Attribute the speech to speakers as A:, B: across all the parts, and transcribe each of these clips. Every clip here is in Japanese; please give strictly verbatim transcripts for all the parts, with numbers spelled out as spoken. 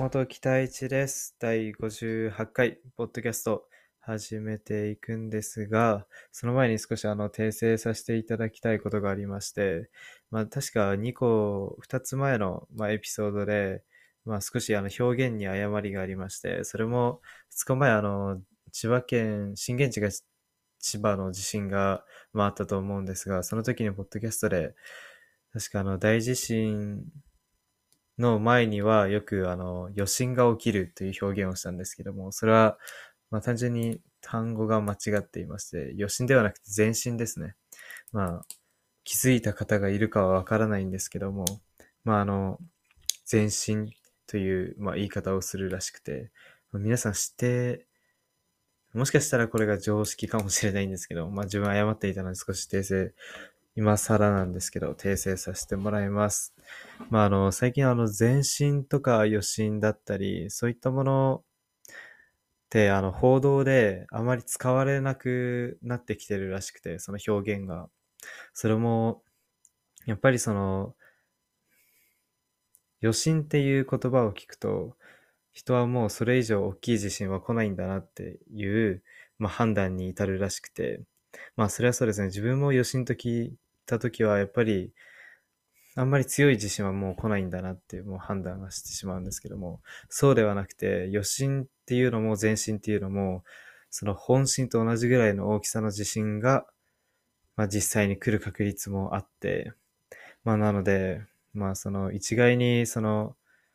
A: 本北一です。だいごじゅうはちかい、ポッドキャスト始めていくんですが、その前に少しあの訂正させていただきたいことがありまして、まあ確かにこ、ふたつまえの、まあ、エピソードで、まあ少しあの表現に誤りがありまして、それもふつかまえあの、千葉県、震源地が千葉の地震が、まあ、あったと思うんですが、その時にポッドキャストで、確かあの大地震の前にはよくあの余震が起きるという表現をしたんですけども、それはまあ単純に単語が間違っていまして、余震ではなくて前震ですね。まあ気づいた方がいるかはわからないんですけども、まああの前震という、まあ、言い方をするらしくて、皆さん知って、もしかしたらこれが常識かもしれないんですけど、まあ自分は誤っていたので少し訂正、今更なんですけど、訂正させてもらいます。まああの、最近あの、前震とか余震だったり、そういったものってあの、報道であまり使われなくなってきてるらしくて、その表現が。それも、やっぱりその、余震っていう言葉を聞くと、人はもうそれ以上大きい地震は来ないんだなっていう、まあ、判断に至るらしくて、まあそれはそうですね。自分も余震と聞いたときはやっぱりあんまり強い地震はもう来ないんだなっていうもう判断がしてしまうんですけども、そうではなくて余震っていうのも前震っていうのもその本震と同じぐらいの大きさの地震が、まあ、実際に来る確率もあって、まあなので、まあその一概にその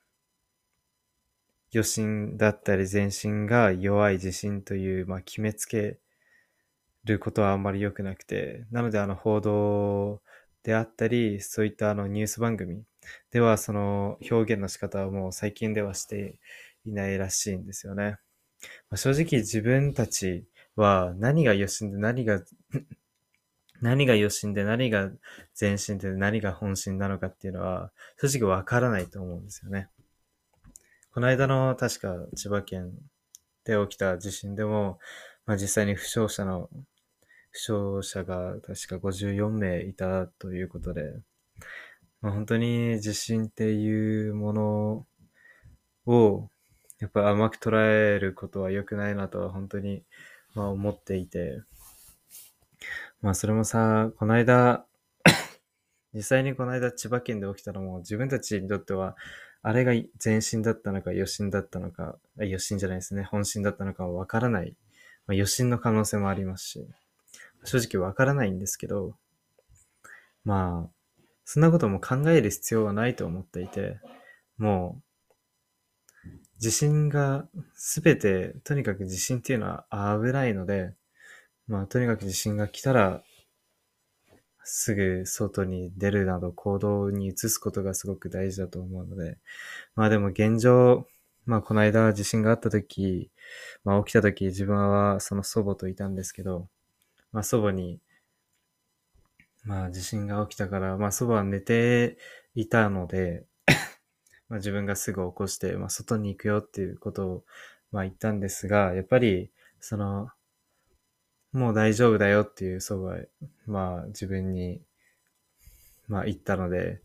A: 余震だったり前震が弱い地震という、まあ、決めつけることはあんまり良くなくて、なのであの報道であったり、そういったあのニュース番組ではその表現の仕方はもう最近ではしていないらしいんですよね。まあ、正直自分たちは何が余震で何が何が余震で何が前震で何が本震なのかっていうのは正直わからないと思うんですよね。この間の確か千葉県で起きた地震でも、まあ、実際に負傷者の負傷者が確かごじゅうよんめいいたということで、まあ、本当に地震っていうものをやっぱ甘く捉えることは良くないなとは本当にまあ思っていて、まあそれもさ、この間、実際にこの間千葉県で起きたのも自分たちにとってはあれが前震だったのか余震だったのか、余震じゃないですね、本震だったのかはわからない。まあ、余震の可能性もありますし、正直わからないんですけど、まあ、そんなことも考える必要はないと思っていて、もう、地震がすべて、とにかく地震っていうのは危ないので、まあ、とにかく地震が来たら、すぐ外に出るなど行動に移すことがすごく大事だと思うので、まあでも現状、まあこの間地震があった時、まあ起きた時自分はその祖母といたんですけど、まあ祖母に、まあ地震が起きたから、まあ祖母は寝ていたので、まあ自分がすぐ起こして、まあ外に行くよっていうことを、まあ言ったんですが、やっぱり、その、もう大丈夫だよっていう祖母は、まあ自分に、まあ言ったので、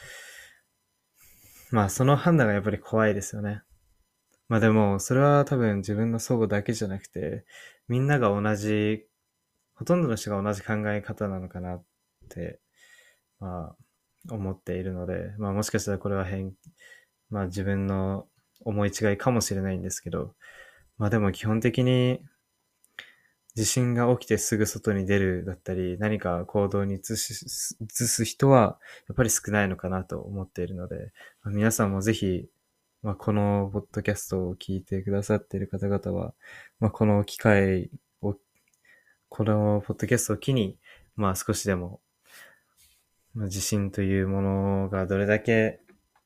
A: まあその判断がやっぱり怖いですよね。まあでも、それは多分自分の祖母だけじゃなくて、みんなが同じ、ほとんどの人が同じ考え方なのかなって、まあ、思っているので、まあもしかしたらこれは変、まあ自分の思い違いかもしれないんですけど、まあでも基本的に地震が起きてすぐ外に出るだったり、何か行動に移す、移す人はやっぱり少ないのかなと思っているので、まあ皆さんもぜひ、まあ、このポッドキャストを聞いてくださっている方々は、まあ、この機会を、このポッドキャストを機に、まあ少しでも、まあ、地震というものがどれだけ、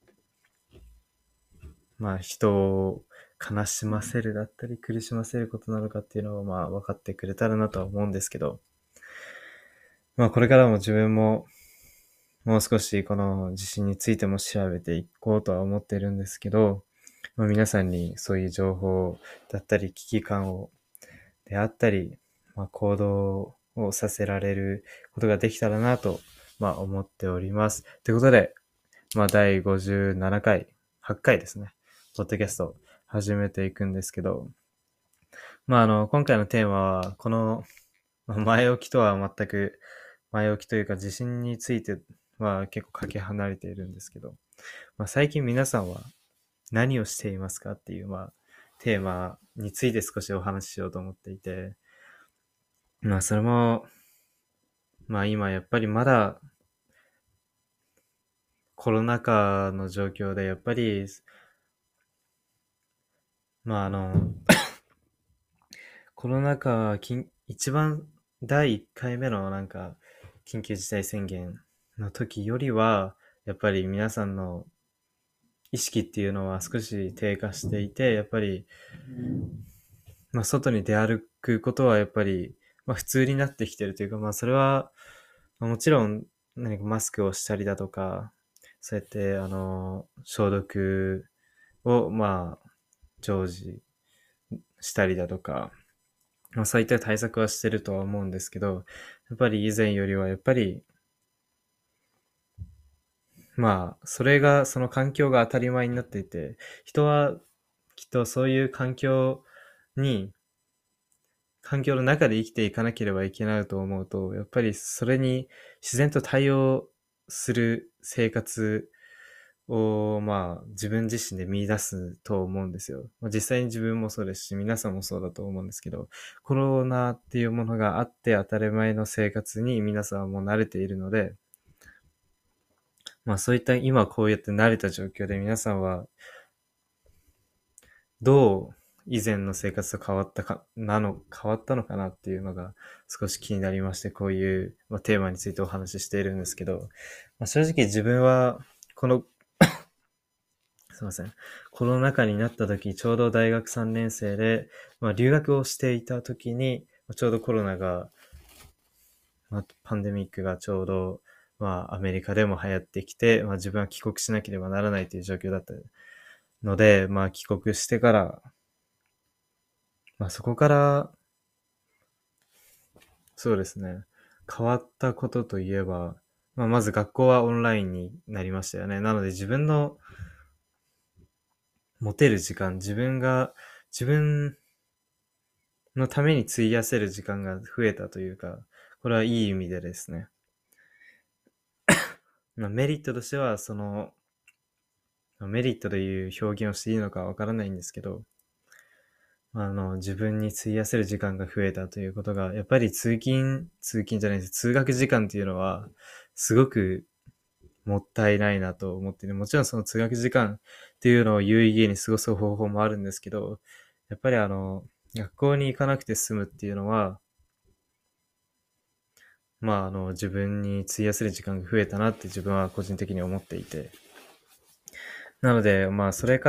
A: まあ人を悲しませるだったり苦しませることなのかっていうのをまあ分かってくれたらなとは思うんですけど、まあこれからも自分ももう少しこの地震についても調べていこうとは思っているんですけど、まあ、皆さんにそういう情報だったり危機感をであったり、まあ、行動をさせられることができたらなと、まあ、思っております。ということで、まあ、だいごじゅうななかい、はちかいですね。 ポッドキャスト始めていくんですけど、まあ、あの、今回のテーマは、この、まあ前置きとは全く、前置きというか、地震については結構かけ離れているんですけど、まあ、最近皆さんは何をしていますかっていう、まあ、テーマについて少しお話ししようと思っていて、まあ、それも、まあ今やっぱりまだコロナ禍の状況で、やっぱり、まああの、コロナ禍、一番第いっかいめのなんか、緊急事態宣言の時よりは、やっぱり皆さんの意識っていうのは少し低下していて、やっぱり、まあ外に出歩くことはやっぱり、まあ普通になってきてるというか、まあそれは、まあもちろん何かマスクをしたりだとか、そうやってあの、消毒をまあ、常時したりだとか、まあそういった対策はしてるとは思うんですけど、やっぱり以前よりはやっぱり、まあ、それが、その環境が当たり前になっていて、人はきっとそういう環境に、環境の中で生きていかなければいけないと思うと、やっぱりそれに自然と対応する生活を、まあ、自分自身で見出すと思うんですよ。まあ、実際に自分もそうですし、皆さんもそうだと思うんですけど、コロナっていうものがあって当たり前の生活に皆さんはもう慣れているので、まあそういった今こうやって慣れた状況で皆さんはどう以前の生活と変わったか、なの、変わったのかなっていうのが少し気になりまして、こういう、まあ、テーマについてお話ししているんですけど、まあ、正直自分は、この、すいません、コロナ禍になった時、ちょうど大学さんねん生で、まあ、留学をしていた時に、ちょうどコロナが、まあ、パンデミックがちょうど、まあ、アメリカでも流行ってきて、まあ、自分は帰国しなければならないという状況だったので、まあ、帰国してから、まあ、そこから、そうですね。変わったことといえば、まあ、まず学校はオンラインになりましたよね。なので自分の持てる時間、自分が、自分のために費やせる時間が増えたというか、これはいい意味でですね。まあ、メリットとしては、その、メリットという表現をしていいのかわからないんですけど、あの、自分に費やせる時間が増えたということが、やっぱり通勤、通勤じゃないです。通学時間っていうのは、すごくもったいないなと思ってね。もちろんその通学時間っていうのを有意義に過ごす方法もあるんですけど、やっぱりあの、学校に行かなくて済むっていうのは、まああの、自分に費やせる時間が増えたなって自分は個人的に思っていて。なので、まあそれから、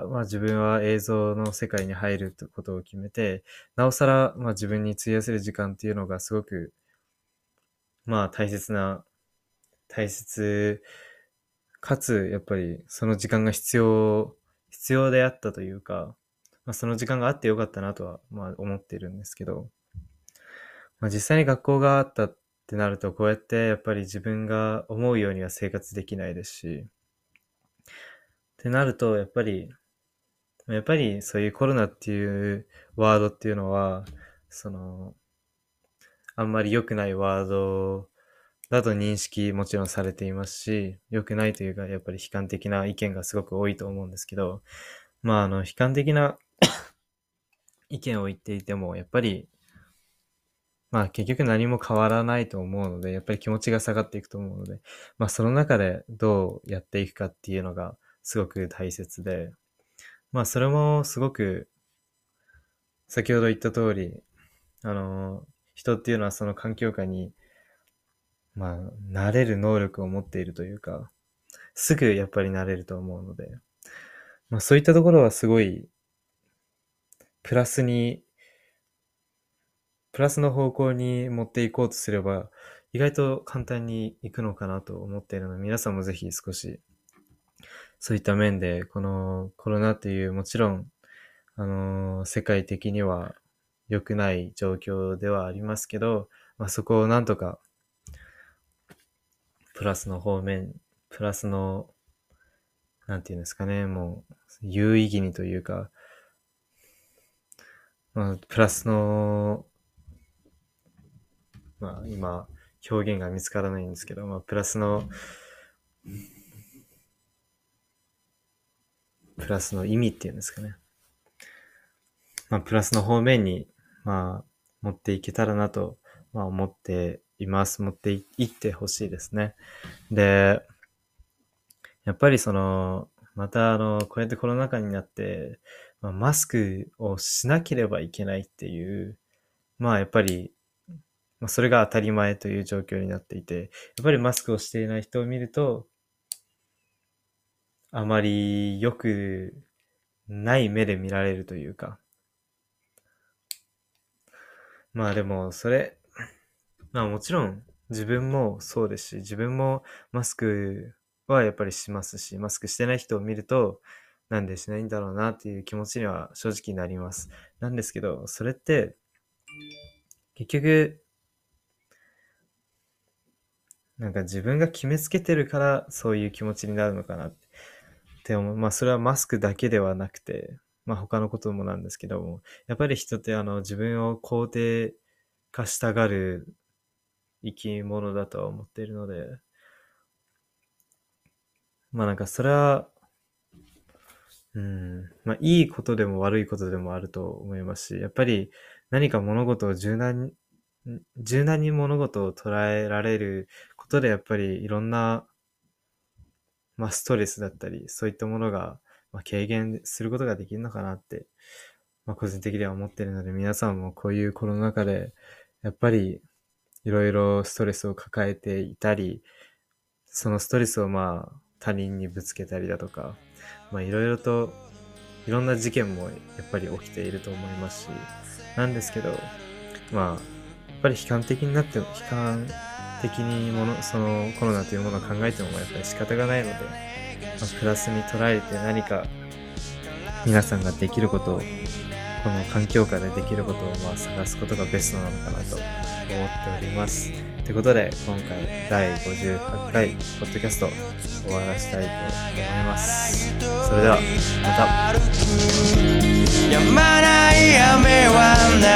A: まあ自分は映像の世界に入るということを決めて、なおさら、まあ自分に費やせる時間っていうのがすごく、まあ大切な、大切かつ、やっぱりその時間が必要、必要であったというか、まあ、その時間があってよかったなとは、まあ思っているんですけど、まあ、実際に学校があったってなると、こうやってやっぱり自分が思うようには生活できないですし、ってなると、やっぱり、やっぱりそういうコロナっていうワードっていうのは、その、あんまり良くないワードだと認識もちろんされていますし、良くないというか、やっぱり悲観的な意見がすごく多いと思うんですけど、まあ、あの、悲観的な意見を言っていても、やっぱり、まあ結局何も変わらないと思うので、やっぱり気持ちが下がっていくと思うので、まあその中でどうやっていくかっていうのがすごく大切で、まあそれもすごく先ほど言った通り、あの、人っていうのはその環境下に、まあ、慣れる能力を持っているというか、すぐやっぱり慣れると思うので、まあそういったところはすごい、プラスに、プラスの方向に持っていこうとすれば、意外と簡単にいくのかなと思っているので、皆さんもぜひ少し、そういった面で、このコロナっていう、もちろん、あのー世界的には良くない状況ではありますけど、まあそこをなんとか、プラスの方面、プラスの、なんていうんですかね、もう、 有意義にというか、まあ、プラスの、まあ今、表現が見つからないんですけど、まあプラスの、プラスの意味っていうんですかね。まあプラスの方面に、まあ持っていけたらなと、まあ思っています。持っていってほしいですね。で、やっぱりその、またあの、こうやってコロナ禍になって、まあ、マスクをしなければいけないっていう、まあやっぱり、まあ、それが当たり前という状況になっていて、やっぱりマスクをしていない人を見ると、あまり良くない目で見られるというか。まあでも、それ、まあもちろん自分もそうですし、自分もマスクはやっぱりしますし、マスクしてない人を見ると、なんでしないんだろうなっていう気持ちには正直なります。なんですけど、それって、結局、なんか自分が決めつけてるからそういう気持ちになるのかなって思う。まあそれはマスクだけではなくて、まあ他のこともなんですけども、やっぱり人ってあの自分を肯定化したがる生き物だとは思っているので、まあなんかそれは、うん、まあいいことでも悪いことでもあると思いますし、やっぱり何か物事を柔軟に、柔軟に物事を捉えられることでやっぱりいろんな、まあストレスだったり、そういったものが、まあ、軽減することができるのかなって、まあ個人的には思っているので、皆さんもこういうコロナ禍で、やっぱりいろいろストレスを抱えていたり、そのストレスをまあ他人にぶつけたりだとか、まあいろいろといろんな事件もやっぱり起きていると思いますし、なんですけど、まあやっぱり悲観的になっても、悲観的にもの、そのコロナというものを考えてもやっぱり仕方がないので、まあ、プラスに捉えて何か皆さんができることを、この環境下でできることをまあ探すことがベストなのかなと思っております。ということで、今回だいごじゅうはちかいポッドキャスト終わらせたいと思います。それではまた。止まない雨は